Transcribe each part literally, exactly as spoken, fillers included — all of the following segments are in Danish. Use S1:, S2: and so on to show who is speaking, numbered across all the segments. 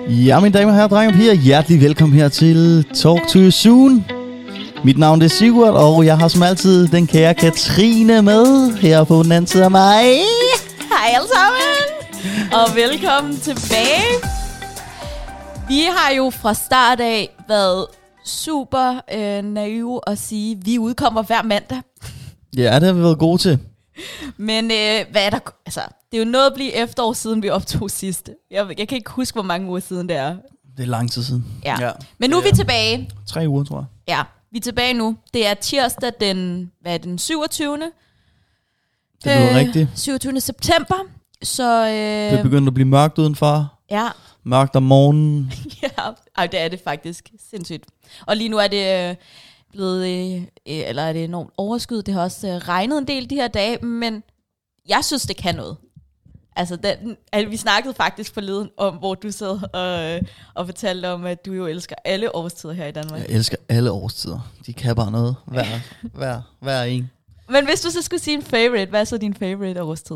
S1: Ja, mine damer og herrer, drenge og piger, hjertelig velkommen her til Talk to You Soon. Mit navn er Sigurd, og jeg har som altid den kære Katrine med her på den anden side af mig.
S2: Hej alle sammen, og velkommen tilbage. Vi har jo fra start af været super øh, naive at sige, at vi udkommer hver mandag.
S1: Ja, det har vi været gode til.
S2: Men øh, hvad er der? Altså, det er jo noget at blive efterår siden vi optog sidste. Jeg, jeg kan ikke huske, hvor mange uger siden det er.
S1: Det er lang tid siden.
S2: Ja. Ja. Men nu er vi tilbage.
S1: Tre uger, tror jeg.
S2: Ja, vi er tilbage nu. Det er tirsdag den, hvad er det, den syvogtyvende
S1: Det lyder øh, rigtigt.
S2: syvogtyvende september. Så, øh,
S1: det er begyndt at blive mørkt udenfor.
S2: Ja.
S1: Mørkt om morgenen.
S2: Ja, ej, det er det faktisk. Sindssygt. Og lige nu er det øh, blevet, øh, eller er det enormt overskyet. Det har også øh, regnet en del de her dage, men jeg synes, det kan noget. Altså, den, altså, vi snakkede faktisk forleden om, hvor du sad og, øh, og fortalte om, at du jo elsker alle årstider her i Danmark.
S1: Jeg elsker alle årstider. De kan bare noget. Hver, hver, hver en.
S2: Men hvis du så skulle sige en favorite, hvad er så din favorite årstid?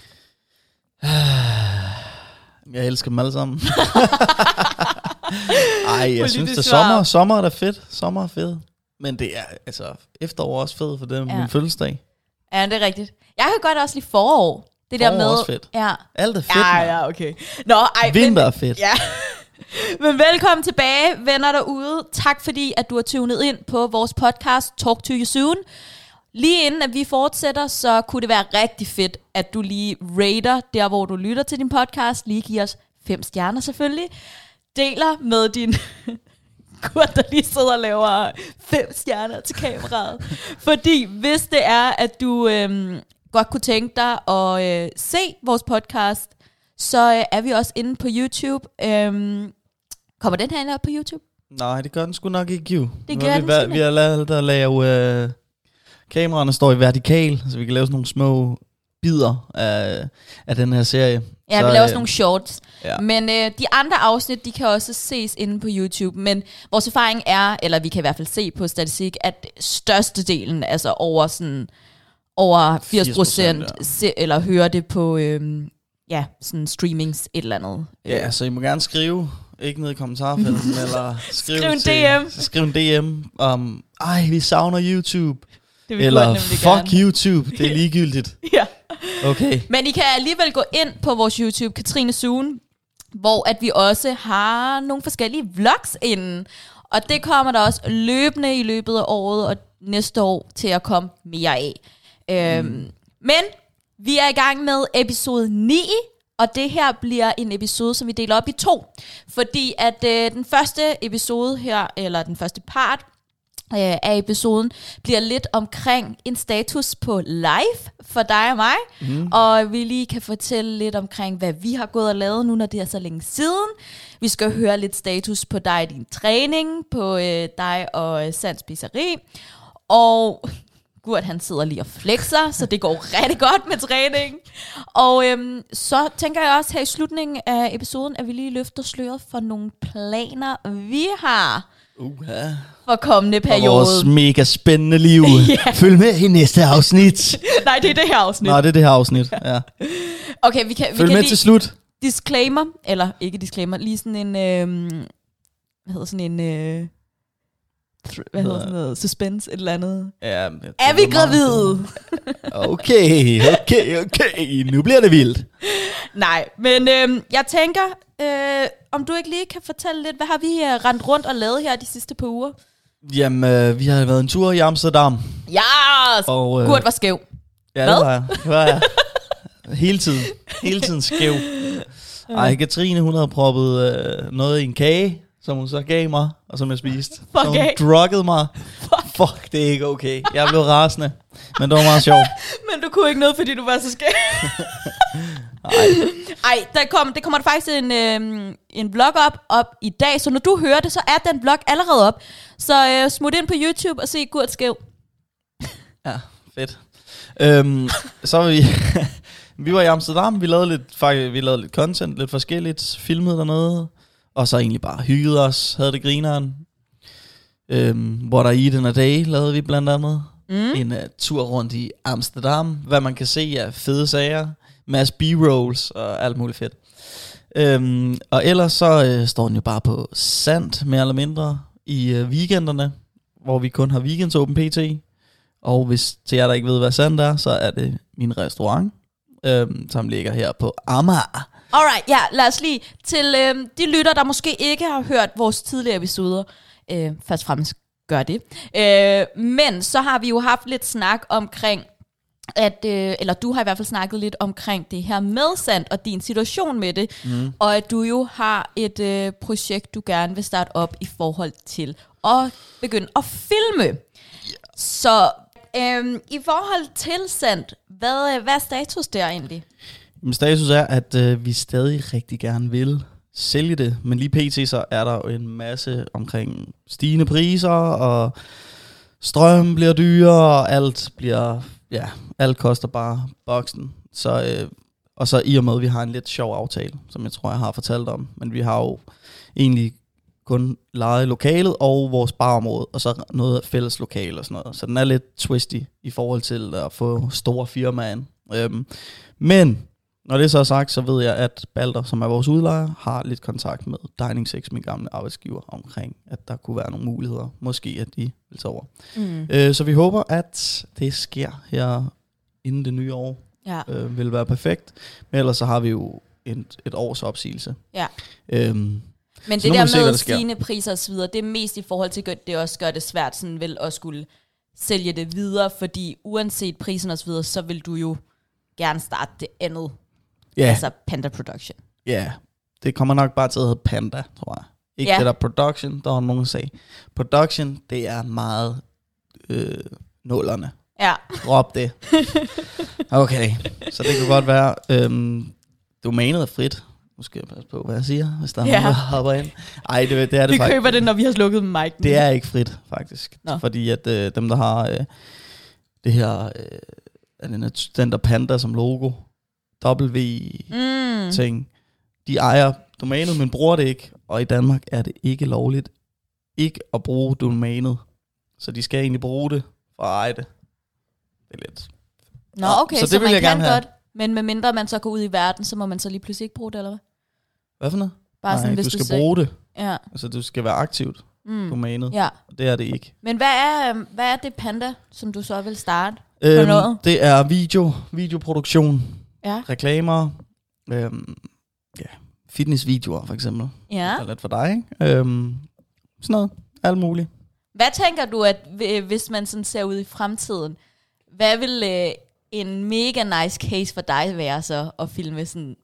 S1: Jeg elsker dem alle sammen. Ej, jeg synes, det sommer, sommer er da fedt. Sommer er fedt. Men det er, altså, efterår er også fedt, for det er ja. min fødselsdag.
S2: Ja, det er rigtigt. Jeg kan godt også lide forår. Det
S1: forår
S2: der med,
S1: er også fedt.
S2: Ja.
S1: Alt er fedt.
S2: Ja, ja, okay. Nå, ej,
S1: vinter
S2: men,
S1: er fedt.
S2: Ja. Men velkommen tilbage, venner derude. Tak fordi, at du har tunet ind på vores podcast, Talk to You Soon. Lige inden at vi fortsætter, så kunne det være rigtig fedt, at du lige rater der, hvor du lytter til din podcast. Lige giver os fem stjerner selvfølgelig. Deler med din Kurt, der lige sidder og laver fem stjerner til kameraet. Fordi hvis det er, at du øhm, godt kunne tænke dig at øh, se vores podcast, så øh, er vi også inde på YouTube. Øhm, kommer den her op på YouTube?
S1: Nej, det gør den sgu nok ikke, jo.
S2: Det gør
S1: vi, den vi har lavet at lave... Øh, kameraerne står i vertikal, så vi kan lave sådan nogle små bidder af, af den her serie.
S2: Ja,
S1: så,
S2: vi laver
S1: øh,
S2: sådan nogle shorts.
S1: Ja.
S2: Men øh, de andre afsnit, de kan også ses inde på YouTube. Men vores erfaring er, eller vi kan i hvert fald se på statistik, at størstedelen, altså over sådan over firs procent, ja. eller hører det på øhm, ja, sådan streamings et eller andet.
S1: Ja, så I må gerne skrive, ikke ned i kommentarfeltet, eller skriv,
S2: skriv en
S1: til,
S2: D M.
S1: Skriv en D M om, ej, vi savner YouTube.
S2: Eller
S1: fuck
S2: gerne.
S1: YouTube, det er ligegyldigt.
S2: Ja.
S1: Okay.
S2: Men I kan alligevel gå ind på vores YouTube, Katrine Soon, hvor at vi også har nogle forskellige vlogs inden. Og det kommer der også løbende i løbet af året og næste år til at komme mere af. Mm. Øhm, men vi er i gang med episode ni, og det her bliver en episode, som vi deler op i to. Fordi at øh, den første episode her, eller den første part, af episoden bliver lidt omkring en status på live for dig og mig, mm. og vi lige kan fortælle lidt omkring, hvad vi har gået og lavet nu, når det er så længe siden. Vi skal høre lidt status på dig og din træning, på øh, dig og øh, Sands Pizzeri, og Gurt, han sidder lige og flexer, så det går rigtig godt med træning. Og øhm, så tænker jeg også her i slutningen af episoden, at vi lige løfter sløret for nogle planer, vi har.
S1: Uh-huh.
S2: For kommende periode.
S1: For vores mega spændende liv.
S2: Yeah.
S1: Følg med i næste afsnit.
S2: Nej, det er det her afsnit.
S1: Nej, det er det her afsnit, ja.
S2: Okay, vi kan,
S1: Følg
S2: vi kan
S1: med til slut.
S2: Disclaimer, eller ikke disclaimer, lige sådan en, øh, hvad hedder sådan en, øh, th- hvad hedder sådan noget, suspense, et eller andet.
S1: Ja,
S2: er vi gravide?
S1: Okay, okay, okay, nu bliver det vildt.
S2: Nej, men øh, jeg tænker, øh, om du ikke lige kan fortælle lidt, hvad har vi uh, rendt rundt og lavet her de sidste par uger?
S1: Jamen, øh, vi har været en tur i Amsterdam.
S2: Ja, og, øh, Gurt var skæv.
S1: Ja, hvad? det var jeg. Det var jeg. Hele tiden. Hele tiden skæv. Ej, Katrine, hun havde proppet øh, noget i en kage, som hun så gav mig, og som jeg spiste.
S2: Fuck
S1: så hun druggede mig. Fuck. Fuck, det er ikke okay. Jeg blev rasende, men det var meget sjovt.
S2: Men du kunne ikke noget, fordi du var så skæv. Ej, Ej der kom, det kommer der faktisk en, øh, en vlog op, op i dag, så når du hører det, så er den vlog allerede op. Så øh, smut ind på YouTube og se Gurt skæv.
S1: Ja, fedt. Øhm, så var vi... vi var i Amsterdam, vi lavede lidt, faktisk, vi lavede lidt content, lidt forskelligt, filmede dernede, og så egentlig bare hyggede os, havde det grineren. Øhm, What I Eat in a Day lavede vi blandt andet. Mm. En uh, tur rundt i Amsterdam, hvad man kan se af fede sager, masse B-rolls og alt muligt fedt. Øhm, og ellers så øh, står den jo bare på sandt, mere eller mindre, i øh, weekenderne, hvor vi kun har weekendsåben pt. Og hvis til jer, der ikke ved, hvad sandt er, så er det min restaurant, øhm, som ligger her på Amager.
S2: Alright, ja, lad os lige til øh, de lytter, der måske ikke har hørt vores tidligere episoder. Øh, først og fremmest gør det. Øh, men så har vi jo haft lidt snak omkring, at, øh, eller du har i hvert fald snakket lidt omkring det her med sandt og din situation med det, mm. og at du jo har et øh, projekt, du gerne vil starte op i forhold til at begynde at filme. Yeah. Så øh, i forhold til sandt, hvad, hvad er status der egentlig?
S1: Min status er, at øh, vi stadig rigtig gerne vil sælge det, men lige pt. Så er der jo en masse omkring stigende priser, og strøm bliver dyrere, og alt bliver, ja, alt koster bare boksen. Så, øh, og så i og med, at vi har en lidt sjov aftale, som jeg tror, jeg har fortalt om, men vi har jo egentlig kun lejet lokalet og vores barområde, og så noget fælles lokale og sådan noget. Så den er lidt twisty i forhold til at få store firmaer ind. Øhm, men når det så er sagt, så ved jeg, at Balder, som er vores udlejer, har lidt kontakt med Dining Six, min gamle arbejdsgiver, omkring, at der kunne være nogle muligheder. Måske, at de vil tage over. Mm. Øh, så vi håber, at det sker her inden det nye år. Ja. Øh, vil være perfekt. Men ellers så har vi jo et, et års opsigelse.
S2: Ja.
S1: Øhm,
S2: Men det der med stigende priser og så videre, det er mest i forhold til, at det også gør det svært sådan vel at skulle sælge det videre, fordi uanset prisen og så videre, så vil du jo gerne starte det andet. Yeah. Altså Panda Production.
S1: Ja, yeah. Det kommer nok bare til at hedde Panda, tror jeg. Ikke yeah. det der Production, der var nogen, der sagde. Production, det er meget øh, nullerne.
S2: Ja.
S1: Drop det. Okay, så det kan godt være. Øhm, domænet er frit. Nu skal jeg passe på, hvad jeg siger, hvis der er yeah. nogen, der hopper ind. Ej, det, det er det
S2: vi
S1: faktisk.
S2: Vi køber det, når vi har slukket mic.
S1: Det er ikke frit, faktisk. Nå. Fordi at øh, dem, der har øh, det her, øh, den, den der Panda som logo, W-ting, mm. de ejer domænet, men bruger det ikke. Og i Danmark er det ikke lovligt ikke at bruge domænet. Så de skal egentlig bruge det for at eje det. Det er lidt...
S2: Nå, okay, så, så det man kan godt, have. Men med mindre man så går ud i verden, så må man så lige pludselig ikke bruge det, eller hvad?
S1: Hvad for noget?
S2: Bare
S1: Nej,
S2: sådan, hvis
S1: du skal
S2: du
S1: bruge det.
S2: Ja.
S1: Altså, du skal være aktivt mm. domænet.
S2: Ja.
S1: Det er det ikke.
S2: Men hvad er, hvad er det Panda, som du så vil starte
S1: øhm,
S2: for noget?
S1: Det er video, videoproduktion,
S2: ja.
S1: reklamer, øhm, ja, fitnessvideoer for eksempel.
S2: Ja.
S1: Det er lidt for dig, ikke? Øhm, sådan noget. Alt muligt.
S2: Hvad tænker du, at hvis man sådan ser ud i fremtiden, hvad vil øh, en mega nice case for dig være så at filme sådan,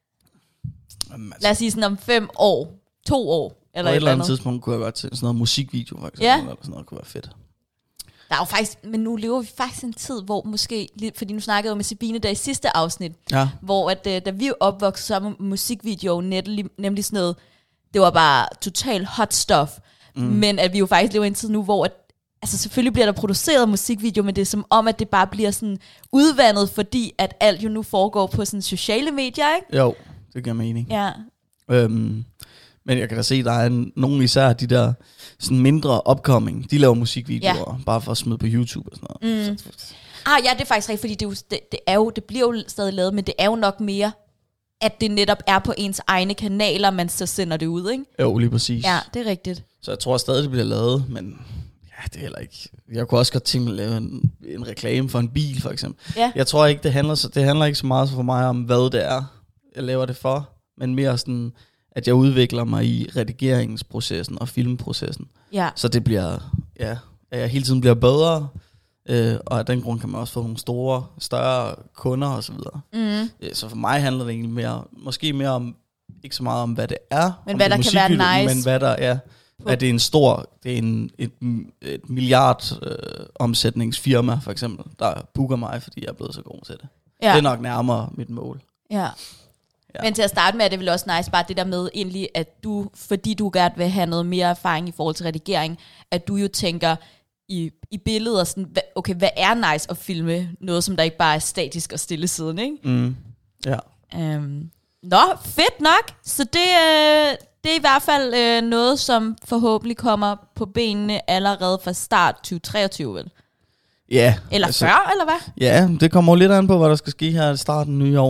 S2: Jamen, altså, lad os sige sådan om fem år, to år, eller
S1: et
S2: et
S1: eller andet tidspunkt kunne jeg godt til sådan noget musikvideo for eksempel, ja. Eller sådan noget kunne være fedt.
S2: Der er jo faktisk, men nu lever vi faktisk en tid, hvor måske, fordi nu snakkede jeg med Sabine der i sidste afsnit,
S1: ja.
S2: Hvor at, da vi opvoksede, så var musikvideo nemlig, nemlig sådan noget, det var bare total hot stuff, mm. men at vi jo faktisk lever i en tid nu, hvor at, altså selvfølgelig bliver der produceret musikvideo, men det er som om, at det bare bliver sådan udvandet, fordi at alt jo nu foregår på sådan sociale medier, ikke?
S1: Jo, det giver mening.
S2: Ja.
S1: Øhm, men jeg kan da se, at der er en, nogle især de der sådan mindre upcoming, de laver musikvideoer, ja. Bare for at smide på YouTube og sådan noget. Mm.
S2: Ah ja, det er faktisk rigtigt, fordi det, er jo, det, det, er jo, det bliver jo stadig lavet, men det er jo nok mere, at det netop er på ens egne kanaler, man så sender det ud, ikke?
S1: Jo, lige præcis.
S2: Ja, det er rigtigt.
S1: Så jeg tror stadig, det bliver lavet, men ja, det er heller ikke. Jeg kunne også godt tænke mig at lave en, en reklame for en bil, for eksempel. Ja. Jeg tror ikke, det handler, så, det handler ikke så meget for mig om, hvad det er, jeg laver det for, men mere sådan, at jeg udvikler mig i redigeringsprocessen og filmprocessen. Ja. Så det bliver, ja, at jeg hele tiden bliver bedre, øh, og af den grund kan man også få nogle store, større kunder og så videre. Mm. Så for mig handler det egentlig mere, måske mere om, ikke så meget om, hvad det er,
S2: men hvad der kan være nice,
S1: men hvad der er, at det er en stor, det er en, et, et milliard øh, omsætningsfirma, for eksempel, der booker mig, fordi jeg er blevet så god til det. Ja. Det er nok nærmere mit mål.
S2: Ja. Ja. Men til at starte med er det vel også nice, bare det der med egentlig, at du, fordi du gerne vil have noget mere erfaring i forhold til redigering, at du jo tænker i, i billeder, sådan, okay, hvad er nice at filme? Noget, som der ikke bare er statisk og stille siden, ikke?
S1: Mm. Ja.
S2: Um, nå, fedt nok. Så det, øh, det er i hvert fald øh, noget, som forhåbentlig kommer på benene allerede fra start tyve treogtyve, vel?
S1: Ja.
S2: Eller altså, før, eller hvad?
S1: Ja, det kommer jo lidt an på, hvad der skal ske her i starten af nye år.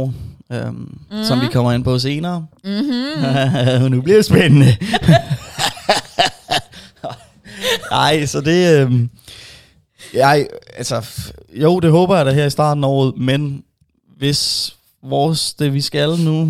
S1: øhm, mm-hmm. som vi kommer ind på senere.
S2: Mm-hmm.
S1: Nu bliver det spændende. Nej, så det... Øhm, jeg, altså, jo, det håber jeg da her i starten af året, men hvis vores, det vi skal nu,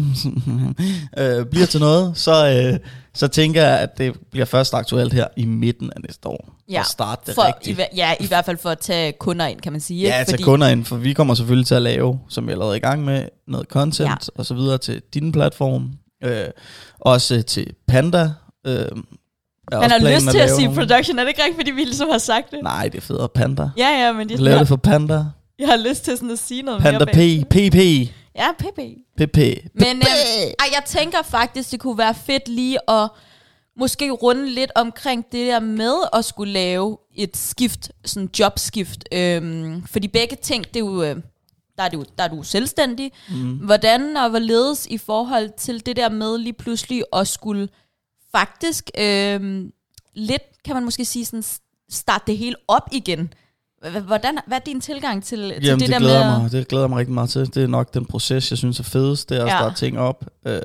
S1: øh, bliver til noget, så, øh, så tænker jeg, at det bliver først aktuelt her i midten af næste år.
S2: Ja,
S1: at starte det
S2: for,
S1: rigtigt.
S2: i, ja, i hvert fald for at tage kunder ind, kan man sige.
S1: Ja,
S2: ikke?
S1: tage kunder ind, for vi kommer selvfølgelig til at lave, som vi er allerede i gang med, noget content
S2: Ja.
S1: og så videre til din platform. Øh, også til Panda. Øh,
S2: Han har lyst til at sige production, er det ikke rigtigt, fordi vi ligesom har sagt det?
S1: Nej, det er federe Panda.
S2: Ja, ja, men de
S1: Lav det for Panda.
S2: Jeg har lyst til sådan at sige noget
S1: Panda
S2: mere.
S1: P, P P.
S2: Ja, P P.
S1: P P.
S2: Men øhm, ej, jeg tænker faktisk, det kunne være fedt lige at måske runde lidt omkring det der med at skulle lave et skift, sådan jobskift. Øhm, fordi begge ting, det er jo, øh, der, er det jo, der er du selvstændig. Mm. Hvordan og hvorledes i forhold til det der med lige pludselig at skulle faktisk øh, lidt, kan man måske sige, sådan starte det hele op igen. Hvordan, hvad er din tilgang til, til
S1: Jamen,
S2: det,
S1: det
S2: der
S1: glæder
S2: med?
S1: mig, det glæder mig rigtig meget til. Det er nok den proces, jeg synes er fedest, det er at
S2: Ja.
S1: starte ting op. Øh,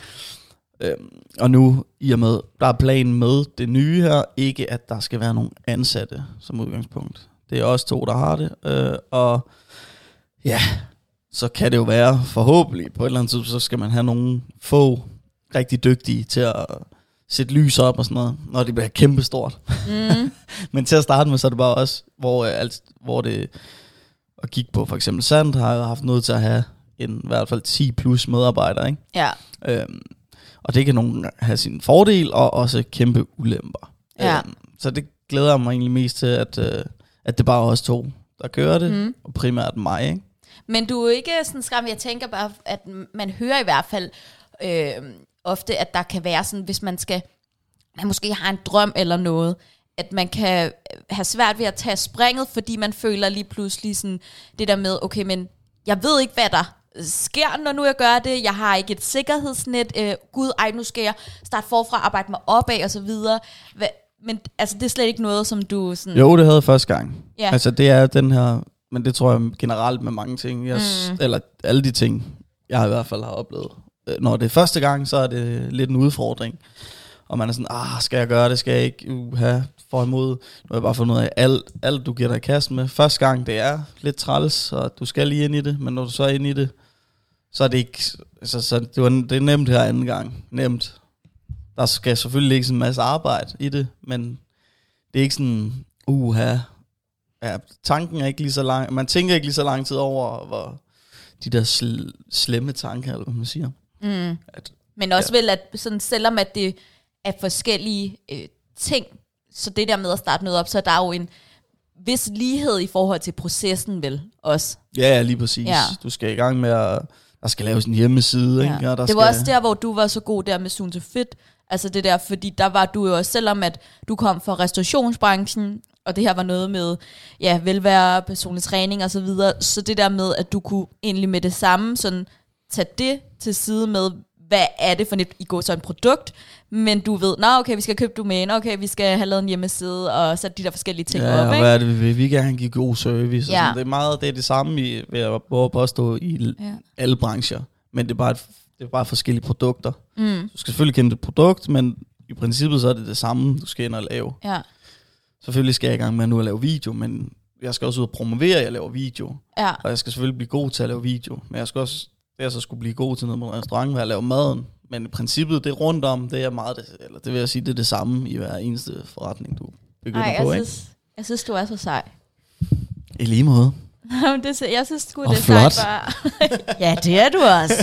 S1: øh, og nu, i og med, der er planen med det nye her, ikke at der skal være nogen ansatte som udgangspunkt. Det er os to, der har det. Øh, og ja, så kan det jo være, forhåbentlig på et eller andet tidspunkt, så skal man have nogle få rigtig dygtige til at sætte lys op og sådan noget, når det bliver kæmpestort.
S2: Mm.
S1: Men til at starte med, så er det bare også, hvor, øh, alt, hvor det at kigge på for eksempel Sand, har jeg haft noget til at have en, i hvert fald ti plus medarbejdere, ikke?
S2: Ja.
S1: Øhm, og det kan nogen have sin fordel, og også kæmpe ulemper.
S2: Ja.
S1: Øhm, så det glæder jeg mig egentlig mest til, at, øh, at det bare er os to, der kører det,
S2: Mm.
S1: og primært mig, ikke?
S2: Men du er ikke sådan skræmt. Jeg tænker bare, at man hører i hvert fald øh, ofte, at der kan være sådan, hvis man skal, man måske har en drøm eller noget, at man kan have svært ved at tage springet, fordi man føler lige pludselig sådan det der med, okay, men jeg ved ikke, hvad der sker, når nu jeg gør det. Jeg har ikke et sikkerhedsnet. Øh, Gud, ej, nu skal jeg starte forfra, arbejde mig opad og så videre. Hva, men altså, det er slet ikke noget, som du sådan...
S1: Jo, det havde jeg første gang.
S2: Ja.
S1: Altså, det er den her, men det tror jeg generelt med mange ting, jeg,
S2: Mm.
S1: eller alle de ting, jeg i hvert fald har oplevet. Øh, Når det er første gang, så er det lidt en udfordring. Og man er sådan, ah, skal jeg gøre det, skal jeg ikke uh, have for imod. Nu har jeg bare fundet ud af, at alt, alt du giver dig i kast med, første gang, det er lidt træls, og du skal lige ind i det, men når du så er inde i det, så er det ikke, altså, så det, var, det er nemt her anden gang, nemt. Der skal selvfølgelig ikke sådan en masse arbejde i det, men det er ikke sådan, uha, ja, tanken er ikke lige så lang, man tænker ikke lige så lang tid over, hvor de der sl- slemme tanker, eller hvad man siger.
S2: Mm.
S1: At,
S2: Men også ja. vel, at sådan, selvom at det er forskellige øh, ting, så det der med at starte noget op, så er der jo en vis lighed i forhold til processen vel også.
S1: ja, ja, lige præcis.
S2: Ja.
S1: Du skal i gang med at, der skal laves en hjemmeside,
S2: Ja.
S1: ikke? Og der
S2: Det var
S1: skal,
S2: også der, hvor du var så god der med Soon to Fit. Altså det der, fordi der var du jo også, selvom at du kom fra restaurationsbranchen, og det her var noget med, ja, velvære, personlig træning og så videre, så det der med, at du kunne egentlig med det samme sådan tage det til side med, hvad er det for et, i går så en produkt, men du ved, nå okay, vi skal købe domæner, okay, vi skal have lavet en hjemmeside, og sætte de der forskellige ting
S1: ja,
S2: op,
S1: og
S2: ikke?
S1: hvad er det, vi vil? Vi vil gerne give god service.
S2: Ja.
S1: Ja. Det er meget, det er det samme, i, vil jeg prøve at påstå, i
S2: Ja.
S1: alle brancher. Men det er bare, et, det er bare forskellige produkter.
S2: Mm,
S1: Du skal selvfølgelig kende det produkt, men i princippet så er det det samme, du skal ind og lave.
S2: ja,
S1: Selvfølgelig skal jeg i gang med nu at lave video, men jeg skal også ud og promovere, at jeg laver video.
S2: ja,
S1: Og jeg skal selvfølgelig blive god til at lave video. Men jeg skal også, det jeg så skulle blive god til noget med en restaurant, ved at lave maden. Men i princippet, det rundt om, det er meget, det, eller det vil jeg sige, det er det samme i hver eneste forretning, du begynder
S2: ej,
S1: på,
S2: jeg
S1: ikke?
S2: synes, jeg synes, du er så sej.
S1: I lige måde.
S2: det, jeg synes sgu,
S1: Og
S2: det er
S1: flot.
S2: sejt bare. Ja, det er du også.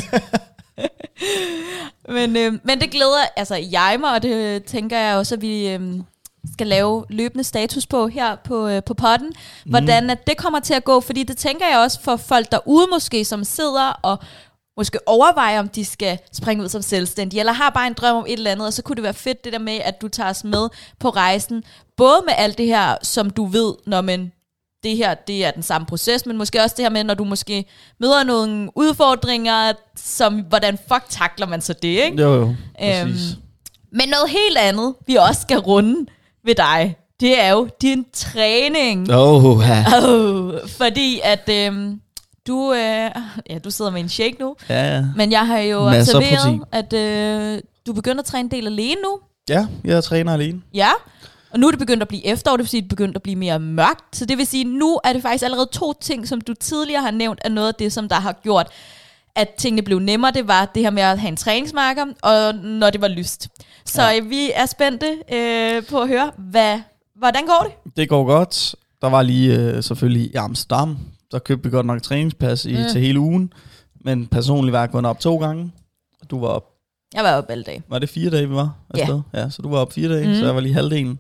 S2: men, øh, men det glæder altså jeg mig, og det tænker jeg også, at vi øh, skal lave løbende status på her på, øh, på podden. Hvordan at det kommer til at gå, fordi det tænker jeg også for folk derude måske, som sidder og måske overvejer, om de skal springe ud som selvstændige, eller har bare en drøm om et eller andet, og så kunne det være fedt det der med, at du tager os med på rejsen, både med alt det her, som du ved, når man det her, det er den samme proces, men måske også det her med, når du måske møder nogle udfordringer, som, hvordan fuck takler man så det, ikke?
S1: Jo, jo,
S2: Øhm,
S1: præcis.
S2: Men noget helt andet, vi også skal runde ved dig, det er jo din træning.
S1: Åh, ja.
S2: Oh, fordi at øhm, Du, øh, ja, du sidder med en shake nu.
S1: Ja, ja.
S2: Men jeg har jo
S1: Masser
S2: observeret, at øh, du begynder at træne en del alene nu.
S1: Ja, jeg træner alene.
S2: Ja, og nu er det begyndt at blive efterår, det vil sige, at det er begyndt at blive mere mørkt. Så det vil sige, at nu er det faktisk allerede to ting, som du tidligere har nævnt, er noget af det, som der har gjort, at tingene blev nemmere. Det var det her med at have en træningsmarker, og når det var lyst. Så ja. Vi er spændte øh, på at høre, hvad, hvordan går det?
S1: Det går godt. Der var lige øh, selvfølgelig i Amsterdam. Der købte vi godt nok træningspas i, mm. til hele ugen. Men personligt var jeg kun op to gange. Du var op.
S2: Jeg var op alle dage.
S1: Var det fire dage, vi var afsted?
S2: Ja.
S1: Ja, så du var op fire dage, mm. så jeg var lige halvdelen.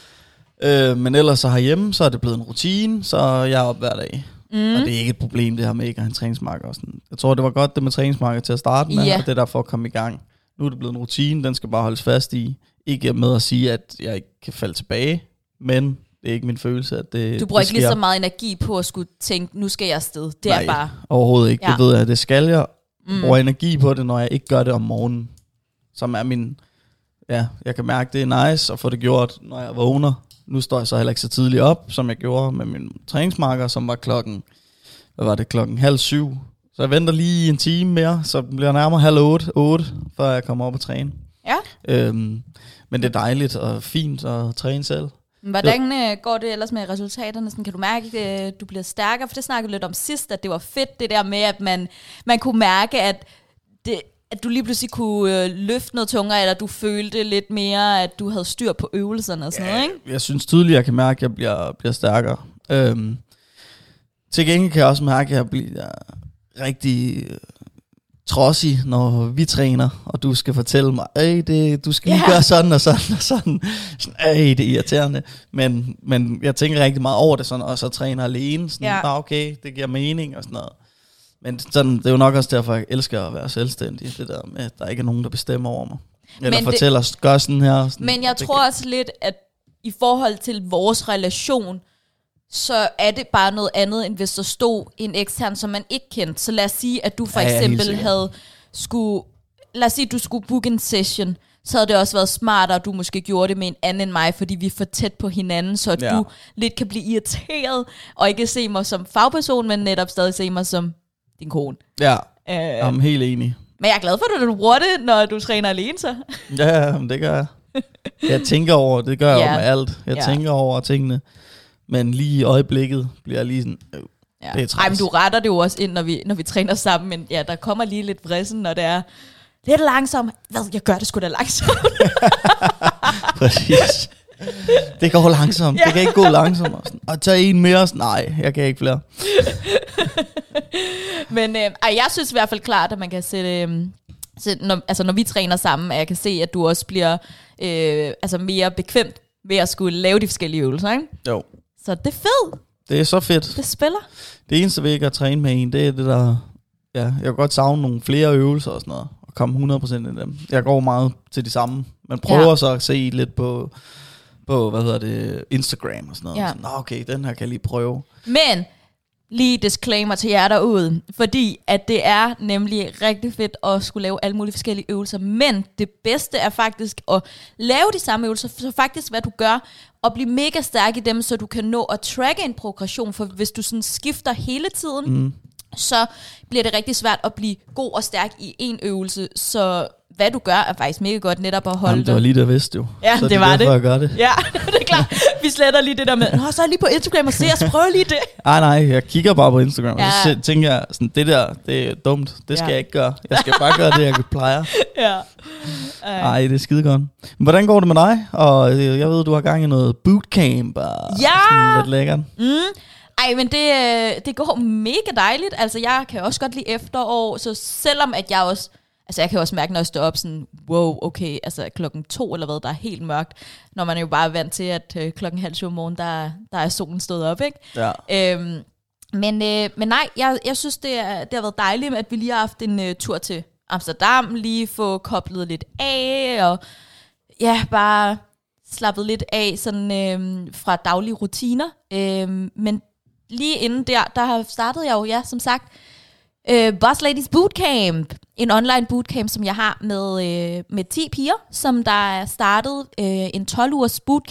S1: Øh, men ellers så herhjemme, så er det blevet en rutine, så jeg er op hver dag. Mm. Og det er ikke et problem, det her med ikke at have en træningsmarker. Og sådan. Jeg tror, det var godt det med træningsmarker til at starte med, yeah. og det der for at komme i gang. Nu er det blevet en rutine, den skal bare holdes fast i. Ikke med at sige, at jeg ikke kan falde tilbage, men det er ikke min følelse, at det
S2: Du bruger
S1: det
S2: ikke lige så meget energi på at skulle tænke, nu skal jeg afsted. Det
S1: Nej,
S2: er bare...
S1: overhovedet ikke. Ja. Det ved jeg, det skal jeg.
S2: Mm.
S1: Bruger energi på det, når jeg ikke gør det om morgenen. Som er min... Ja, jeg kan mærke, det er nice at få det gjort, når jeg vågner. Nu står jeg så heller ikke så tidligt op, som jeg gjorde med min træningsmarker, som var klokken... Hvad var det? Klokken halv syv. Så jeg venter lige en time mere, så det bliver nærmere halv otte, otte, før jeg kommer op og træne.
S2: Ja.
S1: Øhm, men det er dejligt og fint at træne selv.
S2: Hvordan øh, går det ellers med resultaterne? Sådan, kan du mærke, at øh, du bliver stærkere? For det snakkede lidt om sidst, at det var fedt, det der med, at man, man kunne mærke, at, det, at du lige pludselig kunne øh, løfte noget tungere, eller du følte lidt mere, at du havde styr på øvelserne og sådan
S1: ja,
S2: noget, ikke?
S1: Jeg synes tydeligt, jeg kan mærke, at jeg bliver, bliver stærkere. Øhm, til gengæld kan jeg også mærke, at jeg bliver rigtig øh, trodsig, når vi træner, og du skal fortælle mig, at du skal lige yeah. gøre sådan og sådan og sådan. sådan Ej, det er irriterende. Men, men jeg tænker rigtig meget over det, sådan, og så træner alene. Sådan, yeah. okay, det giver mening og sådan noget. Men sådan, det er jo nok også derfor, jeg elsker at være selvstændig. Det der med, at der ikke er nogen, der bestemmer over mig. Eller men fortæller, det, gør sådan her. Sådan,
S2: men jeg tror kan. også lidt, at i forhold til vores relation, så er det bare noget andet, end hvis der stod en ekstern, som man ikke kendte. Så lad os sige, at du for ja, eksempel havde skulle, lad os sige, at du skulle booke en session, så havde det også været smartere, at du måske gjorde det med en anden end mig, fordi vi er for tæt på hinanden, så at ja. du lidt kan blive irriteret, og ikke se mig som fagperson, men netop stadig se mig som din kone.
S1: Ja, øh, jeg er helt enig.
S2: Men jeg er glad for, at du bruger det, når du træner alene, så.
S1: Ja, det gør jeg. Jeg tænker over, det gør jeg ja. med alt. Jeg ja. tænker over tingene. Men lige i øjeblikket bliver jeg lige sådan, øh,
S2: ja. det er træs. Ej, men du retter det jo også ind, når vi, når vi træner sammen, men ja, der kommer lige lidt vrissen, når det er lidt langsomt. Hvad, jeg gør det sgu da langsomt.
S1: Præcis. Det går langsomt. Ja. Det kan ikke gå langsomt. Og, sådan, og tage en mere. Sådan, nej, jeg kan ikke flere.
S2: men øh, ej, jeg synes i hvert fald klart, at man kan sætte... Øh, sætte når, altså når vi træner sammen, at jeg kan se, at du også bliver øh, altså mere bekvemt ved at skulle lave de forskellige øvelser, ikke?
S1: Jo.
S2: Så det er fedt.
S1: Det er så fedt.
S2: Det spiller.
S1: Det eneste ved ikke at træne med en, det er det der... Ja, jeg kan godt savne nogle flere øvelser og sådan noget, og komme hundrede procent i dem. Jeg går meget til de samme. Man prøver ja. så at se lidt på, på, hvad hedder det, Instagram og sådan noget.
S2: Ja.
S1: Sådan, okay, den her kan jeg lige prøve.
S2: Men lige disclaimer til jer derude, fordi at det er nemlig rigtig fedt at skulle lave alle mulige forskellige øvelser, men det bedste er faktisk at lave de samme øvelser, så faktisk hvad du gør, og blive mega stærk i dem, så du kan nå at tracke en progression, for hvis du sådan skifter hele tiden, mm. så bliver det rigtig svært at blive god og stærk i en øvelse, så hvad du gør er faktisk mega godt netop at holde.
S1: Jamen, det var lige det, jeg vidste jo.
S2: Ja,
S1: så
S2: det,
S1: det
S2: var
S1: derfor,
S2: det.
S1: jeg gør det.
S2: Ja, det er klart. Vi sletter lige det der med, nå, så er jeg lige på Instagram og se, jeg prøver lige det.
S1: Nej, nej, jeg kigger bare på Instagram, ja. og så tænker jeg, sådan, det der, det er dumt. Det skal ja. jeg ikke gøre. Jeg skal bare gøre det, jeg plejer.
S2: Ja.
S1: Ej, det er skidegodt. Men hvordan går det med dig? Og jeg ved, du har gang i noget bootcamp og
S2: ja!
S1: sådan lidt lækkert.
S2: Mm. Ej, men det, det går mega dejligt. Altså, jeg kan også godt lide efterår, så selvom at jeg også... Altså, jeg kan også mærke, når jeg står op sådan, wow, okay, altså klokken to eller hvad, der er helt mørkt. Når man er jo bare vant til, at øh, klokken halv syv om morgenen, der, der er solen stået op, ikke?
S1: Ja.
S2: Øhm, men, øh, men nej, jeg, jeg synes, det, er, det har været dejligt, at vi lige har haft en uh, tur til Amsterdam, lige få koblet lidt af, og ja, bare slappet lidt af sådan øh, fra daglige rutiner. Øh, men lige inden der, der startede jeg jo, ja, som sagt, øh, Boss Ladies Bootcamp. En online bootcamp, som jeg har med, øh, med ti piger, som der er startet øh, en tolv ugers bootcamp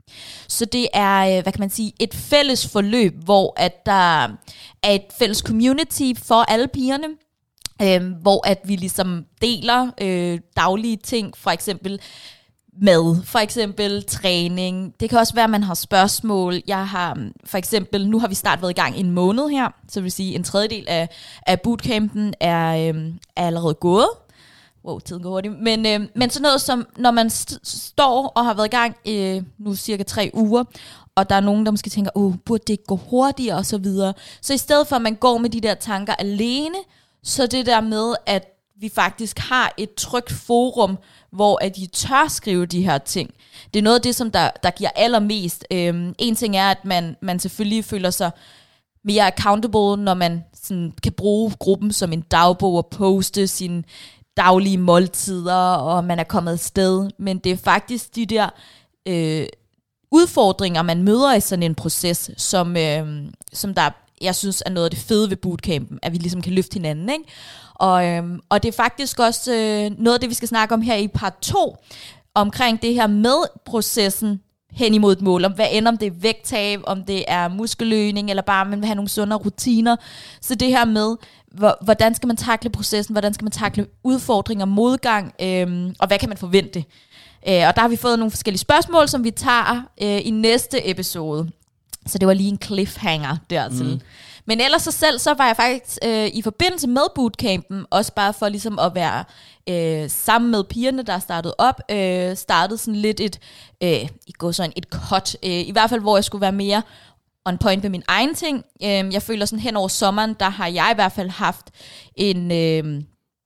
S2: Så det er, øh, hvad kan man sige, et fælles forløb, hvor at der er et fælles community for alle pigerne, øh, hvor at vi ligesom deler øh, daglige ting, for eksempel mad, for eksempel træning. Det kan også være, at man har spørgsmål. Jeg har for eksempel, nu har vi snart været i gang i en måned her, så vil sige, en tredjedel af, af bootcampen er, øh, er allerede gået. Wow, tiden går hurtigt. Men, øh, men sådan noget som, når man st- står og har været i gang øh, nu cirka tre uger, og der er nogen, der måske tænker, åh, burde det ikke gå hurtigere, og så videre. Så i stedet for, at man går med de der tanker alene, så det der med, at vi faktisk har et trygt forum, hvor at I tør skrive de her ting. Det er noget af det, som der, der giver allermest. Øhm, en ting er, at man, man selvfølgelig føler sig mere accountable, når man sådan, kan bruge gruppen som en dagbog og poste sine daglige måltider, og man er kommet afsted. Men det er faktisk de der øh, udfordringer, man møder i sådan en proces, som, øh, som der, jeg synes er noget af det fede ved bootcampen, at vi ligesom kan løfte hinanden, ikke? Og, øhm, og det er faktisk også øh, noget af det, vi skal snakke om her i part to, omkring det her med processen hen imod et mål, om hvad end om det er vægttab, om det er muskeløgning, eller bare man vil have nogle sundere rutiner. Så det her med, hvor, hvordan skal man takle processen, hvordan skal man takle udfordringer, modgang, øhm, og hvad kan man forvente? Øh, og der har vi fået nogle forskellige spørgsmål, som vi tager øh, i næste episode. Så det var lige en cliffhanger dertil. Mm. Men ellers så selv, så var jeg faktisk øh, i forbindelse med bootcampen, også bare for ligesom at være øh, sammen med pigerne, der er startet op, øh, startede sådan lidt et, øh, i går sådan et cut, øh, i hvert fald hvor jeg skulle være mere on point med min egen ting. Øh, jeg føler sådan hen over sommeren, der har jeg i hvert fald haft en, øh,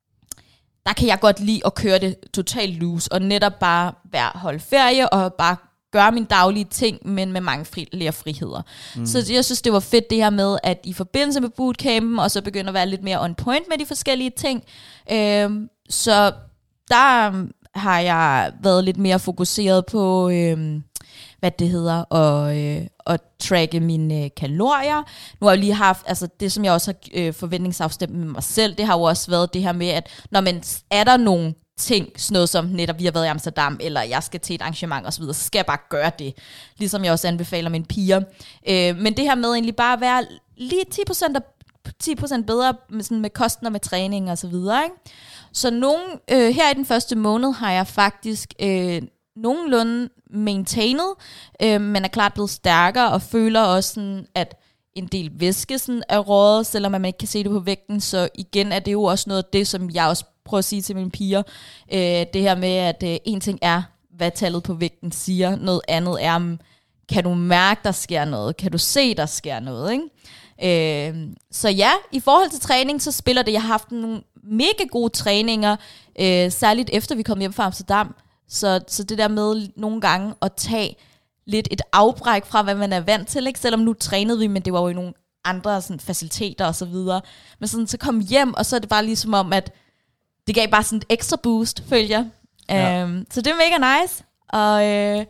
S2: der kan jeg godt lide at køre det totalt loose, og netop bare være holde ferie, og bare gøre mine daglige ting, men med mange fri, flere friheder. Mm. Så jeg synes, det var fedt det her med, at i forbindelse med bootcampen, og så begynder at være lidt mere on point med de forskellige ting. Øhm, så der har jeg været lidt mere fokuseret på, øhm, hvad det hedder, og, øh, at tracke mine øh, kalorier. Nu har jeg lige haft, altså det som jeg også har øh, forventningsafstemt med mig selv, det har jo også været det her med, at når man er der nogle ting, sådan noget som netop vi har været i Amsterdam, eller jeg skal til et arrangement osv., så skal jeg bare gøre det, ligesom jeg også anbefaler mine piger. Øh, men det her med egentlig bare at være lige ti procent, ti procent bedre med, sådan med kosten og med træning og så videre, ikke? Så nogen, øh, her i den første måned har jeg faktisk øh, nogenlunde maintained, øh, men er klart blevet stærkere og føler også sådan, at en del væske sådan er røget, selvom man ikke kan se det på vægten. Så igen er det jo også noget af det, som jeg også prøver at sige til mine piger. Øh, det her med, at øh, en ting er, hvad tallet på vægten siger. Noget andet er, kan du mærke, der sker noget? Kan du se, der sker noget? Ikke? Øh, så ja, i forhold til træning, så spiller det. Jeg har haft nogle mega gode træninger, øh, særligt efter vi kom hjem fra Amsterdam. Så, så det der med nogle gange at tage lidt et afbræk fra, hvad man er vant til, ikke? Selvom nu trænede vi, men det var jo i nogle andre sådan, faciliteter og så videre. Men sådan, så kom hjem, og så er det bare ligesom om, at det gav bare sådan et ekstra boost, følger jeg. Ja. Um, så det er mega nice. Og, øh,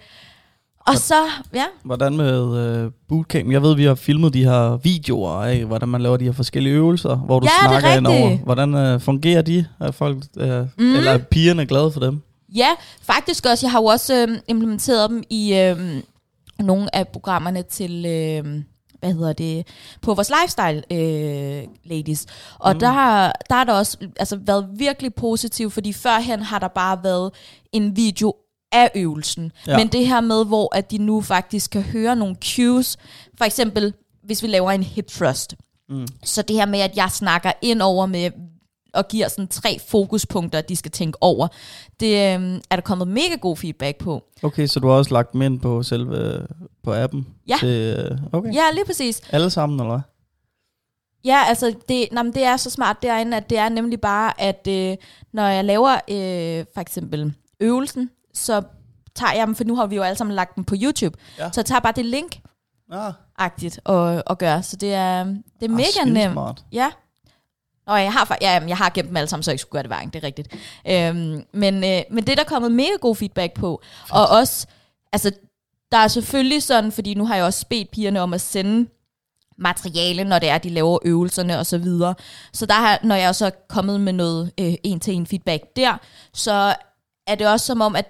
S2: og så, ja.
S1: Hvordan med øh, bootcamp? Jeg ved, vi har filmet de her videoer af, hvordan man laver de her forskellige øvelser, hvor du
S2: ja,
S1: snakker ind over. Hvordan øh, fungerer de? Er folk, øh, mm. Eller er pigerne glade for dem?
S2: Ja, faktisk også. Jeg har jo også øh, implementeret dem i øh, nogle af programmerne til, øh, hvad hedder det, på vores lifestyle øh, ladies. Og mm. der, har, der har der også altså, været virkelig positivt, fordi førhen har der bare været en video af øvelsen. Ja. Men det her med, hvor at de nu faktisk kan høre nogle cues, for eksempel hvis vi laver en hip thrust. Mm. Så det her med, at jeg snakker ind over med og giver sådan tre fokuspunkter, de skal tænke over. Det øh, er der kommet mega god feedback på. Okay, så du har også lagt dem ind på selve på appen? Ja. Til, okay. Ja, lige præcis. Alle sammen, eller hvad? Ja, altså det, nej, det er så smart derinde, at det er nemlig bare, at øh, når jeg laver øh, for eksempel øvelsen, så tager jeg dem, for nu har vi jo alle sammen lagt dem på YouTube, ja. Så jeg tager bare det link, ah. agtigt og, og gør. Så det er, det er ah, mega nemt. Smart. Ja. Nå, jeg har, ja, jeg har gemt dem alle sammen, så jeg ikke skulle gøre det vejen, det er rigtigt. Øhm, men, øh, men det er der kommet mega god feedback på. Fedt. Og også, altså, der er selvfølgelig sådan, fordi nu har jeg også bedt pigerne om at sende materiale, når det er, de laver øvelserne og så videre. Så der har, når jeg også er kommet med noget øh, en-til-en feedback der, så er det også som om, at det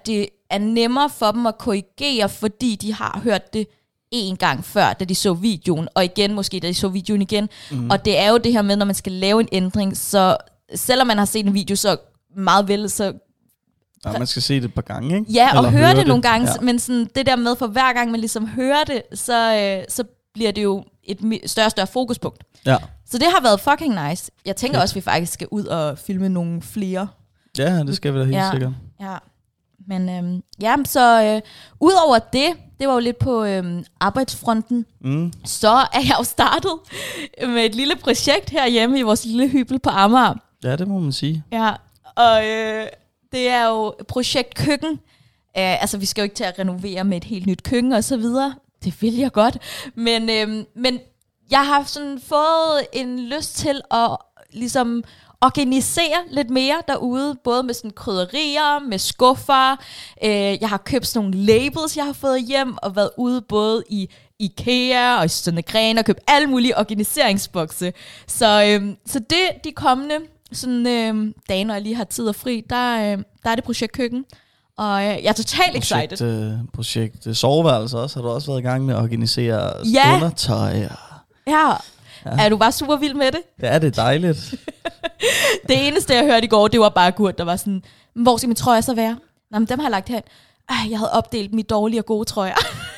S2: er nemmere for dem at korrigere, fordi de har hørt det en gang før, da de så videoen, og igen måske, da de så videoen igen. Mm. Og det er jo det her med, når man skal lave en ændring, så selvom man har set en video, så meget vel, så...
S1: Ja, man skal se det et par gange, ikke?
S2: Ja, og
S1: Eller
S2: høre det, det nogle
S1: det.
S2: gange,
S1: ja.
S2: men sådan, det der med, for hver gang man ligesom hører det, så, øh, så bliver det jo et større og større fokuspunkt.
S1: Ja.
S2: Så det har været fucking nice. Jeg tænker
S1: Fedt.
S2: også, at vi faktisk skal ud og filme nogle flere.
S1: Ja, det skal vi da helt
S2: ja.
S1: sikkert.
S2: Ja, men øhm, ja, så øh, udover det, det var jo lidt på øhm, arbejdsfronten,
S1: Mm.
S2: så er jeg jo startet med et lille projekt herhjemme i vores lille hybel på Amager.
S1: Ja, det må man sige.
S2: Ja, og øh, det er jo projekt køkken. Uh, altså, vi skal jo ikke til at renovere med et helt nyt køkken og så videre. Det vil jeg godt. Men, øhm, men jeg har sådan fået en lyst til at ligesom organisere lidt mere derude, både med sådan krydderier, med skuffer. Øh, jeg har købt sådan nogle labels, jeg har fået hjem, og været ude både i IKEA og i Søndergren og købt alle mulige organiseringsbokse. Så, øh, så det, de kommende sådan, øh, dage, når jeg lige har tid og fri, der, øh, der er det projekt køkken. Og øh, jeg er totalt excited.
S1: Projekt, øh, projekt øh, soveværelse også. Har du også været i gang med at organisere
S2: Ja.
S1: undertøj? Og...
S2: Ja.
S1: Ja.
S2: Er du bare super vild med det?
S1: Ja, det er dejligt.
S2: Det eneste, jeg hørte i går, det var bare Gurt, der var sådan, hvor skal mine trøjer så være? Nå, men dem har jeg lagt herind. Ej, jeg havde opdelt mine dårlige og gode trøjer.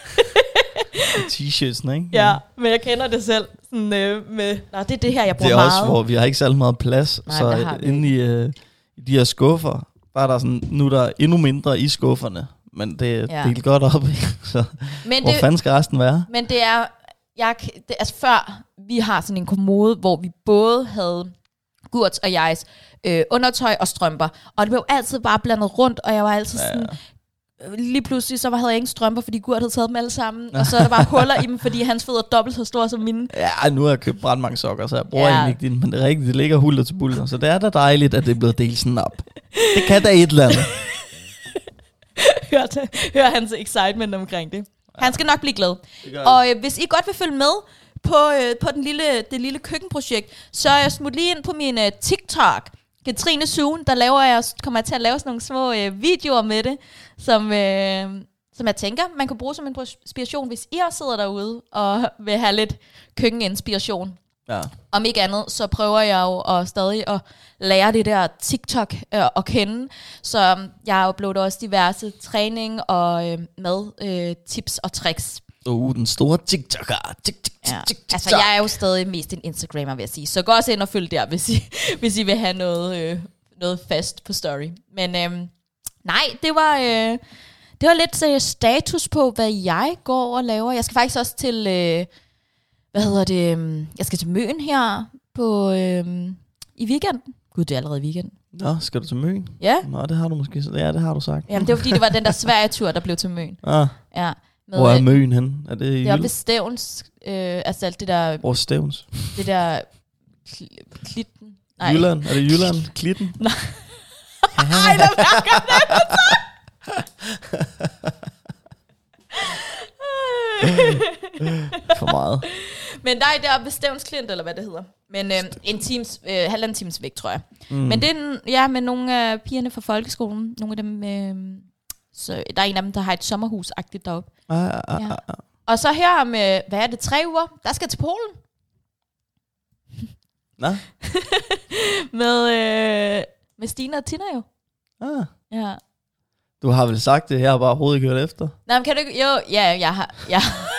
S1: T-shirts'ene, ikke?
S2: Ja, men jeg kender det selv. Sådan, øh, med, nå, det er det her, jeg bruger
S1: Det er
S2: meget.
S1: også, hvor vi har ikke særlig meget plads.
S2: Nej,
S1: så
S2: det har vi
S1: inde i, øh, i de her skuffer, der er der sådan, nu er der endnu mindre i skufferne. Men det er
S2: Ja.
S1: delt godt op. Så
S2: Men
S1: hvor
S2: det,
S1: fanden skal resten være?
S2: men det er, jeg, det, altså før vi har sådan en kommode, hvor vi både havde Gurts og jegs øh, undertøj og strømper. Og det blev altid bare blandet rundt, og jeg var altid
S1: Ja.
S2: sådan... Lige pludselig, så havde jeg ingen strømper, fordi Gurt havde taget dem alle sammen. Og så er der bare huller i dem, fordi hans fødder er dobbelt så store som mine.
S1: Ja, nu har jeg købt ret mange sokker, så jeg bruger
S2: Ja.
S1: egentlig ikke din. Men det er rigtigt, det ligger hulter til bulter. Så det er da dejligt, at det er blevet delt sådan op. Det kan da et eller andet.
S2: Hør, hør hans excitement omkring det. Han skal nok blive glad.
S1: Og
S2: Og øh, hvis I godt vil følge med på, øh, på den lille, det lille køkkenprojekt, så er jeg smut lige ind på min øh, TikTok. Katrine Sugen, der laver jeg, kommer jeg til at lave sådan nogle små øh, videoer med det, som, øh, som jeg tænker, man kan bruge som en inspiration, hvis I også sidder derude og vil have lidt køkkeninspiration.
S1: ja.
S2: Om ikke andet, så prøver jeg jo at stadig at lære det der TikTok øh, at kende. Så um, jeg uploader også diverse træning og øh, mad, øh, tips og tricks.
S1: Uh, den store TikToker. Tik, tik,
S2: Ja.
S1: tik, tik,
S2: Altså,
S1: tik.
S2: jeg er jo stadig mest en Instagrammer, vil jeg sige. Så gå også ind og følg der, hvis I, hvis I vil have noget, øh, noget fast på story. Men øhm, nej, det var, øh, det var lidt øh, status på, hvad jeg går og laver. Jeg skal faktisk også til, øh, hvad hedder det, øh, jeg skal til Møn her på, øh, i weekenden. Gud, det er allerede weekend.
S1: Nå, skal du til Møn?
S2: Ja,
S1: Nå, det har du måske. Ja, det har du sagt.
S2: jamen, det var fordi, det var den der Sverige-tur, der blev til Møn.
S1: Ah,
S2: Ja. Med,
S1: hvor er
S2: øh,
S1: Møn henne? Er det i
S2: det er
S1: Jylland?
S2: oppe ved Stævns, øh, altså alt det der,
S1: Hvor er Stævns?
S2: det der kl- klitten. Nej.
S1: Jylland? Er det Jylland? Klitten?
S2: Nej. Ej, der mærker
S1: For meget.
S2: Men nej, det er oppe ved Stævns Klint, eller hvad det hedder. Men øh, en times, øh, halvanden times væk, tror jeg. Mm. Men det er en- ja, med nogle af pigerne fra folkeskolen. Nogle af dem, øh, så der er en af dem, der har et sommerhus-agtigt deroppe.
S1: Ah, ah,
S2: Ja.
S1: ah, ah.
S2: Og så her med, hvad er det, tre uger, der skal jeg til Polen.
S1: Nå,
S2: Med, øh, med Stine og Tina jo.
S1: ah.
S2: Ja.
S1: Du har vel sagt det, jeg har bare overhovedet ikke hørt efter.
S2: Nej, men kan du ikke, jo, ja, jeg har, ja.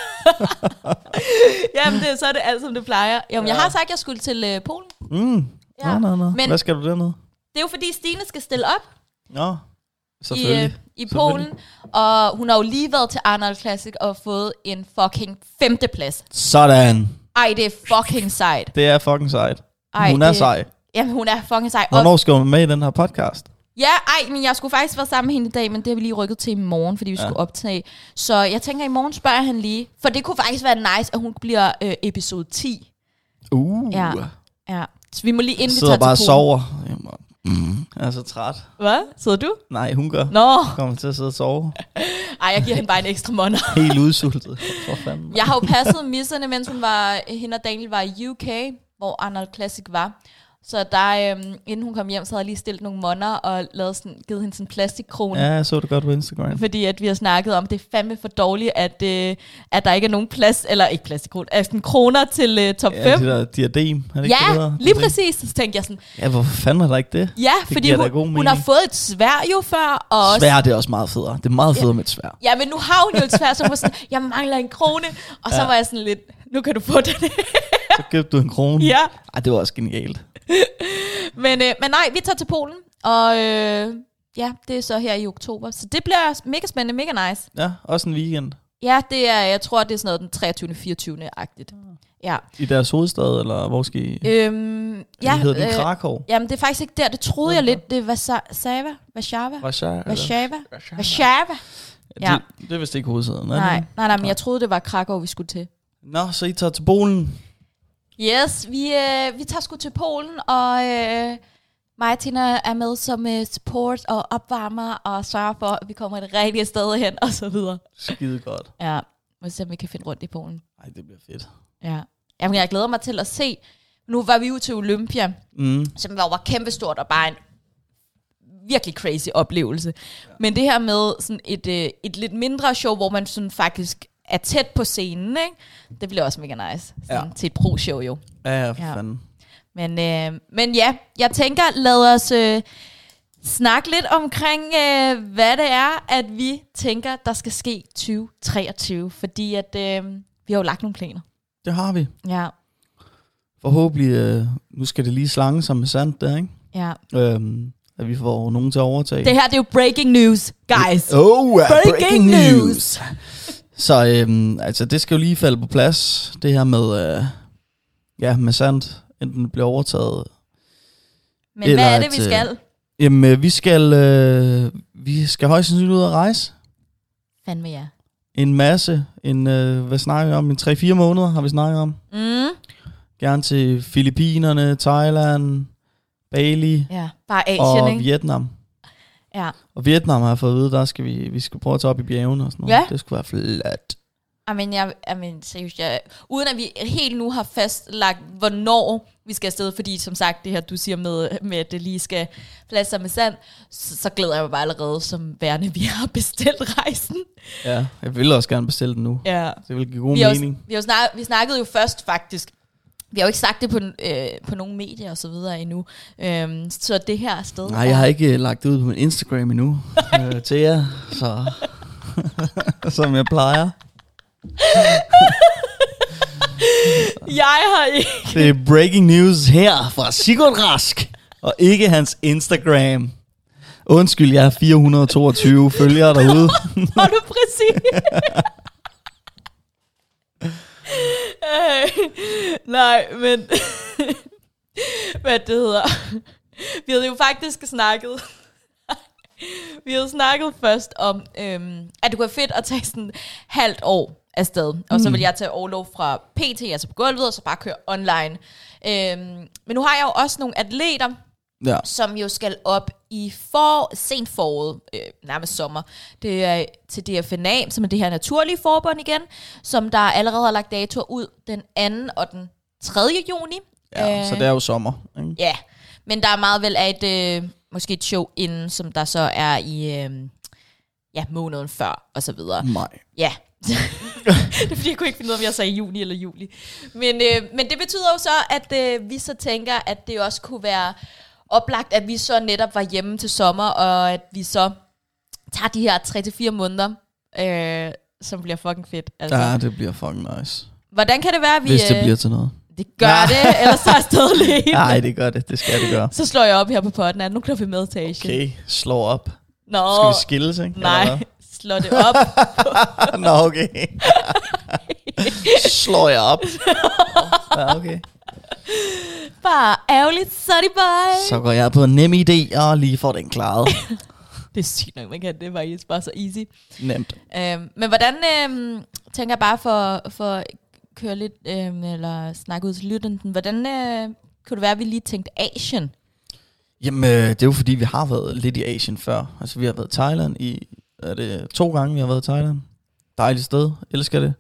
S2: Jamen, det, så er det alt, som det plejer. Jo, men
S1: Ja.
S2: jeg har sagt, at jeg skulle til øh, Polen.
S1: Mm.
S2: Ja.
S1: Nå, nå, nå.
S2: Men-
S1: Hvad skal du dernede?
S2: Det er jo fordi, Stine skal stille op
S1: Nå,
S2: i,
S1: selvfølgelig.
S2: øh, i Polen, og hun har jo lige været til Arnold Classic og fået en fucking femteplads.
S1: Sådan.
S2: Ej, det er fucking sejt.
S1: Det er fucking sejt.
S2: Ej,
S1: Hun er
S2: det,
S1: sej.
S2: Jamen, hun er fucking sej. Og,
S1: Hvornår skal hun med i den her podcast?
S2: ja, ej, men jeg skulle faktisk være sammen med hende i dag, men det har vi lige rykket til i morgen, fordi vi
S1: Ja.
S2: skulle optage. Så jeg tænker, i morgen spørger jeg hende lige, for det kunne faktisk være nice, at hun bliver øh, episode ti.
S1: Uh.
S2: Ja. Ja, så vi må lige
S1: Jeg
S2: inden vi
S1: sidder
S2: tager
S1: bare og
S2: til Polen.
S1: sover. Jamen, mm. Jeg er så træt.
S2: Hvad? Sidder du?
S1: Nej, hun gør.
S2: Nå,
S1: Jeg kommer til at sidde og sove.
S2: ej, jeg giver hende bare en ekstra måned.
S1: Helt udsultet. For fanden.
S2: Jeg har jo passet misserne, mens hun var, hende og Daniel var i U K, hvor Arnold Classic var. Så der, øhm, inden hun kom hjem, så havde jeg lige stillet nogle monner og lavet sådan, givet hende sådan en plastikkrone.
S1: Ja, jeg så det godt på Instagram.
S2: Fordi at vi har snakket om, det er fandme for dårligt, at, øh, at der ikke er nogen plads, eller ikke plastikkrone, altså kroner til øh, top
S1: Ja,
S2: fem.
S1: det der diadem. Er det ikke
S2: Ja,
S1: det, der?
S2: lige præcis. Så tænkte jeg sådan,
S1: ja, hvorfor fanden er der ikke det?
S2: ja,
S1: det
S2: fordi hun, hun har fået et sværd jo før. Og også,
S1: sværd, det er også meget federe. Det er meget federe ja. med et sværd.
S2: Ja, men nu har hun jo et sværd, så hun var sådan, jeg mangler en krone. Og så ja. var jeg sådan lidt, nu kan du få den.
S1: Så købte du en krone.
S2: Ja.
S1: Ej, det var også genialt.
S2: men, øh, men nej, vi tager til Polen, og øh, ja, det er så her i oktober. Så det bliver mega spændende, mega nice.
S1: Ja, også en weekend.
S2: Ja, det er, jeg tror, det er sådan noget den treogtyvende fireogtyvende-agtigt. Ja.
S1: I deres hovedstad, eller hvor skal I?
S2: Øhm, ja,
S1: det hedder den
S2: øh,
S1: Krakow.
S2: Jamen, det er faktisk ikke der. Det troede jeg lidt. Det var Warszawa. Warszawa.
S1: Warszawa.
S2: Warszawa. Warszawa.
S1: Ja, det, det er vist ikke hovedstaden.
S2: Nej, nej, nej, men jeg troede, det var Krakow, vi skulle til.
S1: Nå, så I tager til Polen?
S2: Yes, vi, øh, vi tager sgu til Polen, og øh, mig og Tina er med som øh, support og opvarmer, og sørger for, at vi kommer et rigtigt sted hen, og så videre.
S1: Skide godt.
S2: Ja, må se, om vi kan finde rundt i Polen.
S1: Nej, det bliver fedt.
S2: Ja. Jamen, jeg glæder mig til at se. Nu var vi jo til Olympia,
S1: mm.
S2: som var, var kæmpestort, og bare en virkelig crazy oplevelse. Ja. Men det her med sådan et, øh, et lidt mindre show, hvor man sådan faktisk er tæt på scenen, ikke? Det bliver også mega nice. Sådan
S1: Ja.
S2: til et pro-show jo.
S1: Ja, ja, for
S2: Ja.
S1: fanden.
S2: Men, øh, men ja, jeg tænker, lad os øh, snakke lidt omkring, øh, hvad det er, at vi tænker, der skal ske tyve treogtyve. Fordi at øh, vi har jo lagt nogle planer.
S1: Det har vi.
S2: Ja,
S1: Forhåbentlig, øh, nu skal det lige slange sig med sandt der, ikke?
S2: ja.
S1: Øhm, at vi får nogen til at overtage.
S2: Det her, det er jo breaking news, guys.
S1: Oh, uh,
S2: Breaking
S1: breaking,
S2: news.
S1: news. Så øhm, altså, det skal jo lige falde på plads. Det her med, øh, ja, med sandt, enten det bliver overtaget.
S2: Men hvad er det, vi
S1: at,
S2: skal?
S1: Øh, jamen, øh, vi skal, øh, vi skal højst sandsynligt ud at rejse.
S2: Fandme ja.
S1: En masse. En, øh, hvad snakker vi om? En tre fire måneder har vi snakket om.
S2: Mm.
S1: Gerne til Filippinerne, Thailand, Bali
S2: Ja, bare Asien,
S1: og
S2: ikke?
S1: Vietnam.
S2: Ja.
S1: Og Vietnam har jeg fået at vide, der skal vi, vi skal prøve at tage op i bjergene og sådan noget.
S2: Ja.
S1: Det skulle være flot.
S2: Amen, jeg, amen, seriøst, jeg, uden at vi helt nu har fastlagt, hvornår vi skal afsted, fordi som sagt, det her du siger med, med at det lige skal plads sig med sand, så, så glæder jeg mig bare allerede som værende, vi har bestilt rejsen.
S1: Ja, jeg vil også gerne bestille den nu.
S2: Ja.
S1: Det vil give god
S2: Vi, har
S1: mening.
S2: jo, vi, har jo snak, vi snakkede jo først faktisk, vi har jo ikke sagt det på, øh, på nogle medier og så videre endnu, øhm, så det her sted...
S1: Nej, jeg har ikke uh, lagt det ud på min Instagram endnu øh, til jer, så som jeg plejer.
S2: Jeg har ikke...
S1: Det er breaking news her fra Sigurd Rask, og ikke hans Instagram. Undskyld, jeg har fire hundrede og toogtyve følgere derude.
S2: Har du præcis? øh, nej, men... hvad det hedder... Vi havde jo faktisk snakket... Vi havde snakket først om, øhm, at det kunne være fedt at tage sådan halvt år afsted. Og så vil jeg tage overlov fra P T, altså på gulvet, og så bare køre online. Øhm, men nu har jeg jo også nogle atleter,
S1: Ja.
S2: som jo skal op i for, sent foråret, øh, nærmest sommer. Det er til D F N A, som er det her naturlige forbund igen, som der allerede har lagt datoer ud den anden og den tredje juni.
S1: Ja,
S2: øh,
S1: så det er jo sommer. Ikke?
S2: Ja, men der er meget vel af et, øh, måske et show inden, som der så er i øh, ja, måneden før, og så videre.
S1: Nej.
S2: Ja, det er fordi, jeg kunne ikke finde ud af, om jeg sagde juni eller juli. Men, øh, men det betyder jo så, at øh, vi så tænker, at det også kunne være oplagt, at vi så netop var hjemme til sommer, og at vi så tager de her tre til fire måneder, øh, som bliver fucking fedt. Altså.
S1: Ja, det bliver fucking nice.
S2: Hvordan kan det være, at vi...
S1: Hvis det
S2: øh,
S1: bliver til noget.
S2: Det gør ja. det, ellers så er jeg stadig lidt.
S1: Nej, det gør det. Det skal det gøre.
S2: Så slår jeg op her på podden, at nu kan vi med til Asien.
S1: Okay, slå op.
S2: Nå,
S1: Skal vi skilles, ikke?
S2: nej, slå det op.
S1: Nå, okay. Slår jeg op. Ja, okay.
S2: Bare ærgerligt, sorry bye.
S1: Så går jeg på NemID og lige får den klaret.
S2: Det er sygt nok, man kan det faktisk bare så easy.
S1: Nemt.
S2: Øhm, men hvordan, øhm, tænker jeg bare for, for køre lidt, øhm, eller snakke ud til lytteren, hvordan øh, kunne det være, at vi lige tænkte Asien?
S1: Jamen, øh, det er jo fordi, vi har været lidt i Asien før. Altså, vi har været i Thailand i, er det to gange, vi har været i Thailand. Dejligt sted, elsker det.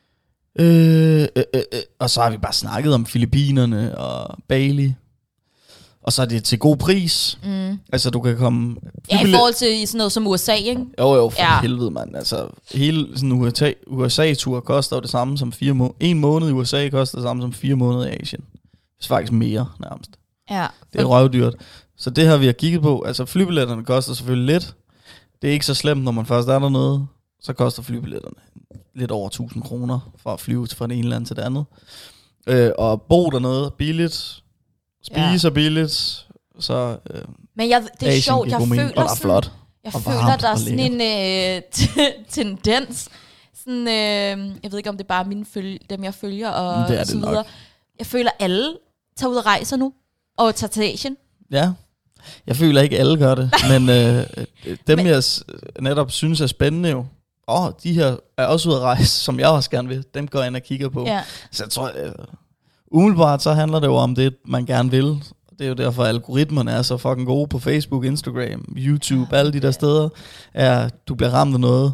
S1: Øh, øh, øh, øh. Og så har vi bare snakket om Filippinerne og Bali. Og så er det til god pris.
S2: Mm.
S1: Altså, du kan komme...
S2: Ja, i forhold til sådan noget som U S A, ikke?
S1: Jo, jo, for
S2: ja.
S1: helvede, mand. Altså, hele sådan U S A, U S A-tur koster jo det samme som fire måneder. En måned i U S A koster det samme som fire måneder i Asien. Det er faktisk mere, nærmest.
S2: Ja.
S1: Det er røvdyrt. Så det her, vi har kigget på, altså flybilletterne koster selvfølgelig lidt. Det er ikke så slemt, når man først er dernede. Så koster flybilletterne lidt over tusind kroner for at flyve fra det ene land til det andet. Øh, og bo dernede billigt. Spise ja. billigt. Så, øh,
S2: Men jeg, det er
S1: Asien
S2: sjovt, jeg føler
S1: og
S2: sådan,
S1: flot.
S2: jeg
S1: og
S2: føler, der er sådan en øh, t- tendens. Sådan, øh, jeg ved ikke, om det er bare mine følge, dem, jeg følger og,
S1: det er
S2: og så
S1: det
S2: videre.
S1: nok.
S2: Jeg føler, alle tager ud og rejser nu. Og tager til Asien.
S1: Ja. Jeg føler ikke, alle gør det. men øh, dem, men, jeg netop synes er spændende jo. Åh, oh, de her er også ude at rejse, som jeg også gerne vil. Dem går jeg ind og kigger på.
S2: Ja.
S1: Så jeg tror, øh, umiddelbart så handler det jo om det, man gerne vil. Det er jo derfor, at algoritmerne er så fucking gode på Facebook, Instagram, YouTube, ja, alle de der steder. Er, du bliver ramt af noget,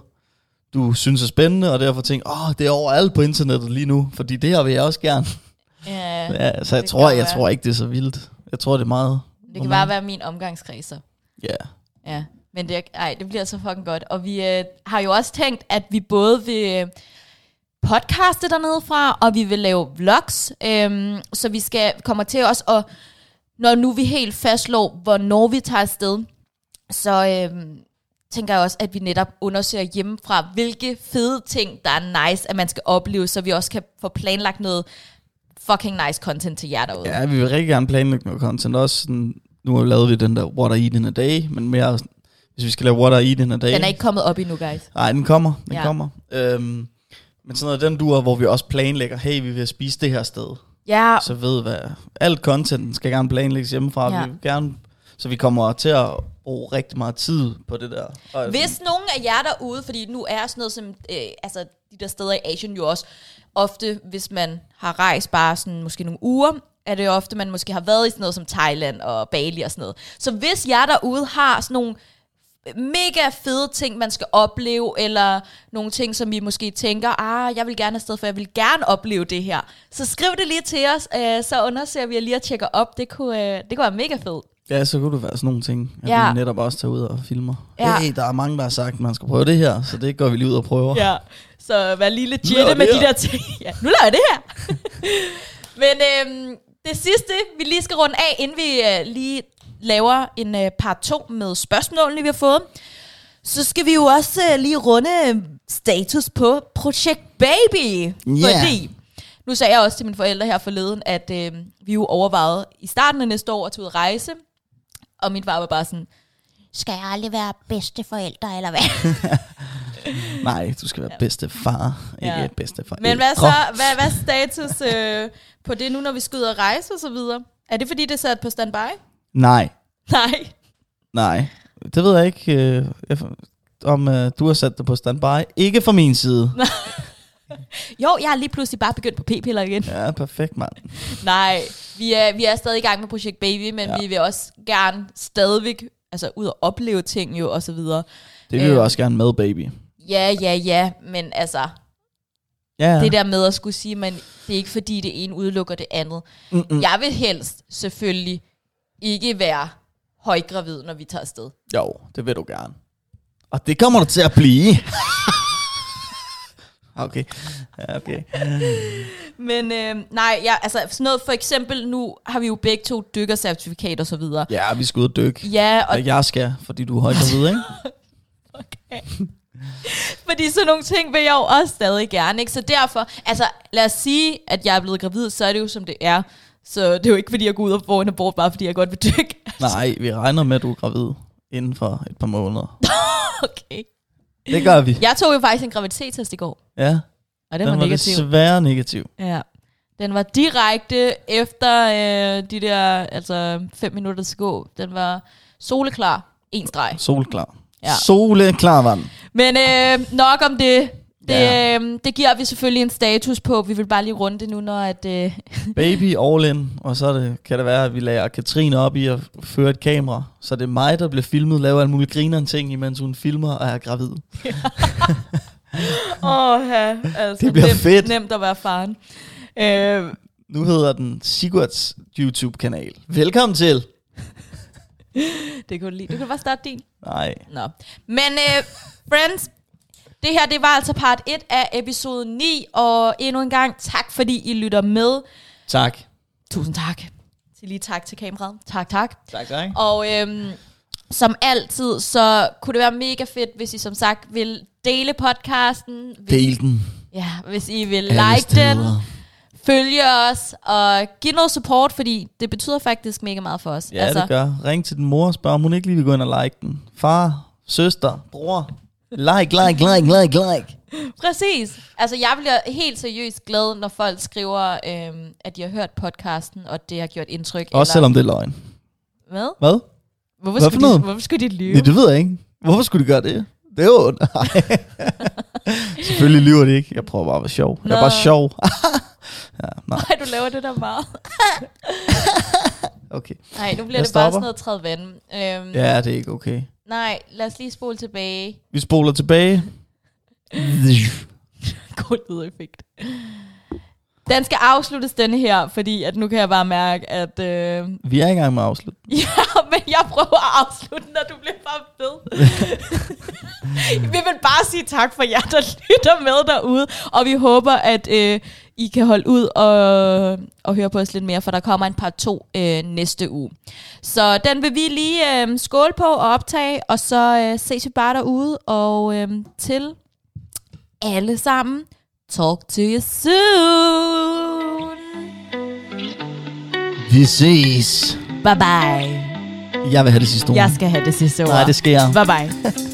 S1: du synes er spændende, og derfor tænker, åh, oh, det er overalt på internettet lige nu, fordi det her vil jeg også gerne.
S2: Ja,
S1: ja, så jeg tror, jeg tror ikke, det er så vildt. Jeg tror, det er meget...
S2: Det kan bare være min omgangskredser.
S1: Ja. Yeah.
S2: Ja, men det, ej, det bliver så fucking godt. Og vi øh, har jo også tænkt, at vi både vil podcaste dernede fra, og vi vil lave vlogs. Øhm, så vi skal kommer til os, og når nu vi helt fastslår, hvornår vi tager afsted, så øhm, tænker jeg også, at vi netop undersøger hjemmefra, hvilke fede ting, der er nice, at man skal opleve, så vi også kan få planlagt noget fucking nice content til jer derude.
S1: Ja, vi vil rigtig gerne planlægge noget content også. Sådan, nu har vi lavet vi den der What I Eat in a Day, men mere, hvis vi skal lave What I Eat in a Day.
S2: Den er ikke kommet op endnu, guys.
S1: Nej, den kommer. Den
S2: ja.
S1: kommer. Øhm, men sådan noget den duer, hvor vi også planlægger, hey, vi vil spise det her sted.
S2: Ja.
S1: Så ved hvad, alt content skal gerne planlægges hjemmefra.
S2: Ja.
S1: Vi vil gerne, så vi kommer til at bruge rigtig meget tid på det der. Og
S2: hvis nogen af jer derude, fordi nu er sådan noget som, øh, altså de der steder i Asien jo også, ofte hvis man har rejst bare sådan måske nogle uger, er det jo ofte, man måske har været i sådan noget som Thailand og Bali og sådan noget. Så hvis jer derude har sådan nogle mega fede ting, man skal opleve, eller nogle ting, som vi måske tænker, ah, jeg vil gerne afsted, for jeg vil gerne opleve det her, så skriv det lige til os, øh, så undersøger vi lige og tjekker op. Det kunne, øh, det kunne være mega fedt.
S1: Ja, så kunne det være sådan nogle ting, at
S2: ja.
S1: vi netop også tager ud og filmer.
S2: Ja.
S1: Hey, der er mange, der har sagt, at man skal prøve det her, så det går vi lige ud og prøver.
S2: Ja, så vær lige legit med de der ting. Ja, nu laver jeg det her. Men øhm, det sidste, vi lige skal runde af, inden vi øh, lige laver en øh, part to med spørgsmålene, vi har fået, så skal vi jo også øh, lige runde status på Projekt Baby.
S1: Yeah.
S2: Fordi, nu sagde jeg også til mine forældre her forleden, at øh, vi jo overvejede i starten af næste år at tage ud at rejse. Og min far var bare sådan, skal jeg aldrig være bedste forældre, eller hvad?
S1: Nej, du skal være bedste far, ikke
S2: ja.
S1: bedste far.
S2: Men hvad så? Hvad, hvad er status øh, på det nu, når vi skal ud og rejse og så videre? Er det fordi, det er sat på standby?
S1: Nej.
S2: Nej.
S1: Nej, det ved jeg ikke, øh, jeg, om øh, du har sat det på standby. Ikke fra min side.
S2: Jo, jeg har lige pludselig bare begyndt på p-piller igen.
S1: Ja, perfekt, mand.
S2: Nej, vi er, vi er stadig i gang med Projekt Baby, men ja. vi vil også gerne stadigvæk altså, ud og opleve ting jo, og så videre.
S1: Det vil vi øh, også gerne med, baby.
S2: Ja, ja, ja, men altså,
S1: ja.
S2: det der med at skulle sige, men det er ikke fordi det ene udelukker det andet. Mm-mm. Jeg vil helst selvfølgelig ikke være højgravid, når vi tager afsted.
S1: Jo, det vil du gerne. Og det kommer du til at blive. Okay. Ja, okay.
S2: Men øh, nej, ja, altså sådan noget for eksempel, nu har vi jo begge to dykkercertifikat og så videre.
S1: Ja, vi skal ud og dykke.
S2: Ja, og
S1: og jeg skal, fordi du er højgravid, ikke?
S2: Okay. Fordi sådan nogle ting vil jeg jo også stadig gerne, ikke? Så derfor, altså lad os sige, at jeg er blevet gravid, så er det jo som det er. Så det er jo ikke fordi, jeg går ud og får en abort, bare fordi jeg godt vil dykke.
S1: Nej, vi regner med, at du er gravid inden for et par måneder.
S2: Okay.
S1: Det gør vi.
S2: Jeg tog jo faktisk en graviditetstest i går.
S1: Ja.
S2: Og den,
S1: den
S2: var,
S1: var
S2: negativ.
S1: desværre negativ.
S2: Ja. Den var direkte efter øh, de der altså fem minutter til gå. Den var soleklar. En streg.
S1: Soleklar.
S2: Ja.
S1: Soleklar var den.
S2: Men øh, nok om det. Det,
S1: ja.
S2: øh, det giver vi selvfølgelig en status på. Vi vil bare lige runde det nu, når at... Øh
S1: Baby all in. Og så det, kan det være, at vi lader Katrine op i at føre et kamera. Så det er mig, der bliver filmet, laver alle mulige grineren ting, imens hun filmer og er gravid.
S2: Åh oh, ja, altså
S1: det bliver
S2: nemt,
S1: fedt.
S2: Nemt at være faren. Øh,
S1: nu hedder den Sigurds YouTube-kanal. Velkommen til.
S2: Det kunne du lide. Du kan bare starte din.
S1: Nej.
S2: Nå. Men uh, friends, det her det var altså part et af episode ni, og endnu en gang tak, fordi I lytter med.
S1: Tak.
S2: Tusind tak. Til lige tak til kameraet. Tak, tak.
S1: Tak, tak.
S2: Og øhm, som altid, så kunne det være mega fedt, hvis I som sagt vil dele podcasten.
S1: Del den.
S2: Ja, hvis I vil
S1: Alle
S2: like
S1: steder.
S2: den, følge os og give noget support, fordi det betyder faktisk mega meget for os.
S1: Ja, altså. Det gør. Ring til din mor og spørg, om hun ikke lige vil gå ind og like den. Far, søster, bror. Like, like, like, like, like.
S2: Præcis. Altså, jeg bliver helt seriøst glad, når folk skriver, øhm, at de har hørt podcasten, og det har gjort indtryk.
S1: Også eller... selvom det er løgn.
S2: Hvad?
S1: Hvad?
S2: Hvorfor,
S1: Hvad
S2: skulle de, hvorfor skulle de lyve?
S1: Nej, det ved jeg ikke. Hvorfor skulle de gøre det? Det er jo... Selvfølgelig lyver de ikke. Jeg prøver bare at være sjov. Nå. Jeg er bare sjov. Ja, nej.
S2: nej, du laver det der meget.
S1: Okay.
S2: Nej, nu bliver
S1: jeg
S2: det
S1: stopper.
S2: bare sådan noget træde vand. Øhm,
S1: ja, det er ikke okay.
S2: Nej, lad os lige spole tilbage.
S1: Vi spoler tilbage.
S2: God lydeffekt. Den skal afsluttes denne her, fordi at nu kan jeg bare mærke, at... Øh...
S1: Vi er i gang med at afslutte.
S2: Ja, men jeg prøver at afslutte, når du bliver bare ved. Vi vil bare sige tak for jer, der lytter med derude, og vi håber, at øh, I kan holde ud og, og høre på os lidt mere, for der kommer en part to øh, næste uge. Så den vil vi lige øh, skåle på og optage, og så øh, ses vi bare derude, og øh, til alle sammen, talk to you soon.
S1: Vi ses.
S2: Bye bye.
S1: Jeg vil have det sidste ord.
S2: Jeg skal have det sidste ord.
S1: Nej, det skal jeg.
S2: Bye bye.